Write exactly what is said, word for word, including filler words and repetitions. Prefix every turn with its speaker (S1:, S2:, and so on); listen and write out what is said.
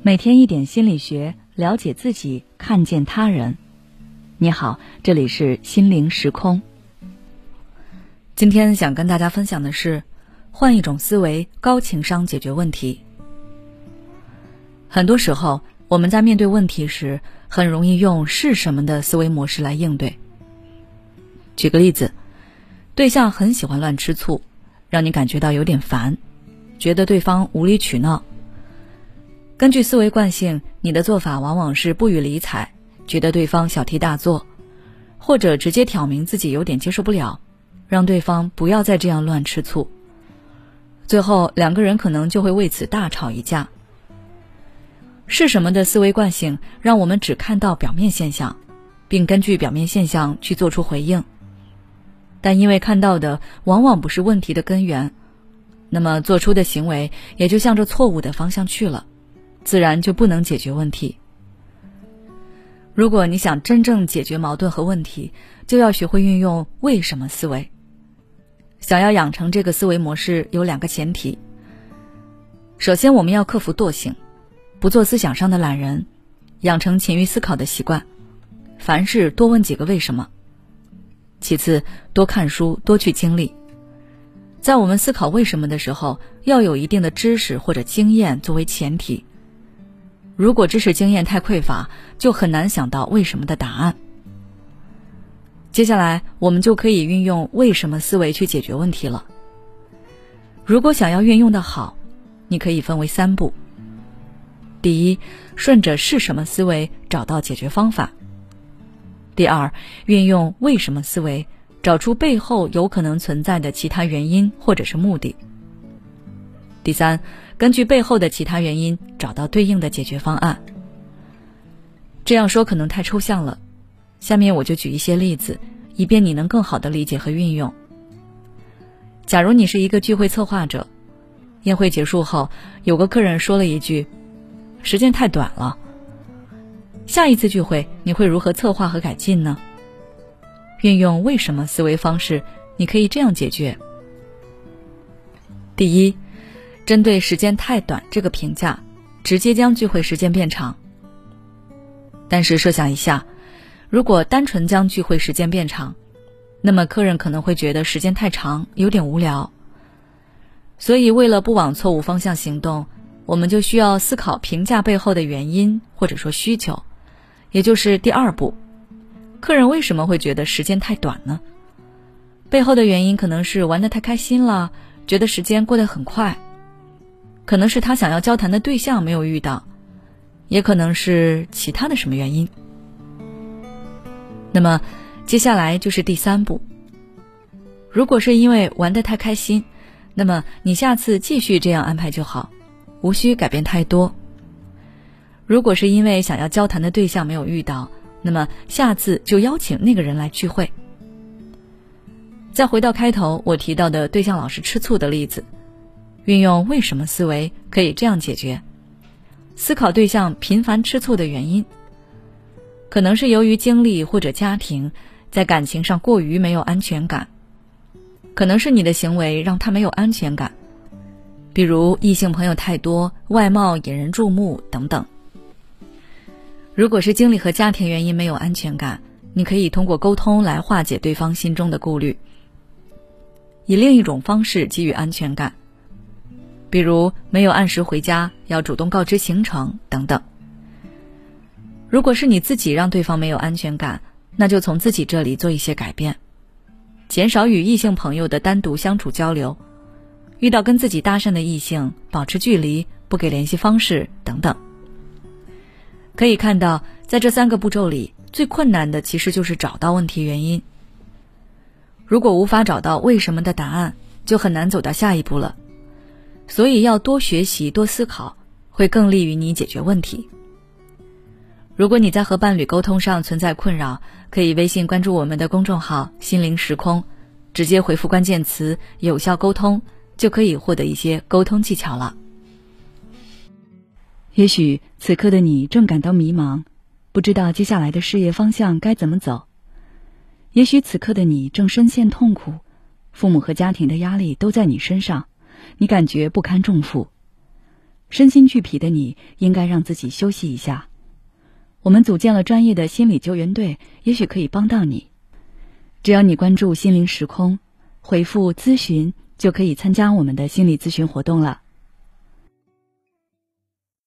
S1: 每天一点心理学，了解自己，看见他人。你好，这里是心灵时空。今天想跟大家分享的是，换一种思维，高情商解决问题。很多时候，我们在面对问题时，很容易用是什么的思维模式来应对。举个例子，对象很喜欢乱吃醋，让你感觉到有点烦，觉得对方无理取闹。根据思维惯性，你的做法往往是不予理睬，觉得对方小题大做，或者直接挑明自己有点接受不了，让对方不要再这样乱吃醋。最后两个人可能就会为此大吵一架。是什么的思维惯性让我们只看到表面现象，并根据表面现象去做出回应，但因为看到的往往不是问题的根源，那么做出的行为也就向着错误的方向去了，自然就不能解决问题。如果你想真正解决矛盾和问题，就要学会运用为什么思维。想要养成这个思维模式，有两个前提。首先，我们要克服惰性，不做思想上的懒人，养成勤于思考的习惯，凡事多问几个为什么。其次，多看书，多去经历。在我们思考为什么的时候，要有一定的知识或者经验作为前提。如果知识经验太匮乏，就很难想到为什么的答案。接下来我们就可以运用为什么思维去解决问题了。如果想要运用的好，你可以分为三步。第一，顺着是什么思维找到解决方法。第二，运用为什么思维找出背后有可能存在的其他原因或者是目的。第三，根据背后的其他原因找到对应的解决方案。这样说可能太抽象了，下面我就举一些例子，以便你能更好地理解和运用。假如你是一个聚会策划者，宴会结束后，有个客人说了一句，时间太短了。下一次聚会你会如何策划和改进呢？运用为什么思维方式，你可以这样解决。第一，针对时间太短这个评价，直接将聚会时间变长。但是设想一下，如果单纯将聚会时间变长，那么客人可能会觉得时间太长，有点无聊。所以为了不往错误方向行动，我们就需要思考评价背后的原因或者说需求，也就是第二步，客人为什么会觉得时间太短呢？背后的原因可能是玩得太开心了，觉得时间过得很快，可能是他想要交谈的对象没有遇到，也可能是其他的什么原因。那么接下来就是第三步，如果是因为玩得太开心，那么你下次继续这样安排就好，无需改变太多。如果是因为想要交谈的对象没有遇到，那么下次就邀请那个人来聚会。再回到开头我提到的对象老是吃醋的例子，运用为什么思维可以这样解决。思考对象频繁吃醋的原因，可能是由于经历或者家庭在感情上过于没有安全感，可能是你的行为让他没有安全感，比如异性朋友太多，外貌引人注目等等。如果是经历和家庭原因没有安全感，你可以通过沟通来化解对方心中的顾虑，以另一种方式给予安全感，比如没有按时回家，要主动告知行程等等。如果是你自己让对方没有安全感，那就从自己这里做一些改变，减少与异性朋友的单独相处交流，遇到跟自己搭讪的异性保持距离，不给联系方式等等。可以看到，在这三个步骤里，最困难的其实就是找到问题原因。如果无法找到为什么的答案，就很难走到下一步了。所以要多学习，多思考，会更利于你解决问题。如果你在和伴侣沟通上存在困扰，可以微信关注我们的公众号心灵时空，直接回复关键词有效沟通，就可以获得一些沟通技巧了。也许此刻的你正感到迷茫，不知道接下来的事业方向该怎么走。也许此刻的你正深陷痛苦，父母和家庭的压力都在你身上，你感觉不堪重负。
S2: 身心俱疲的你应该让自己休息一下。我们组建了专业的心理救援队，也许可以帮到你。只要你关注心灵时空，回复咨询就可以参加我们的心理咨询活动了。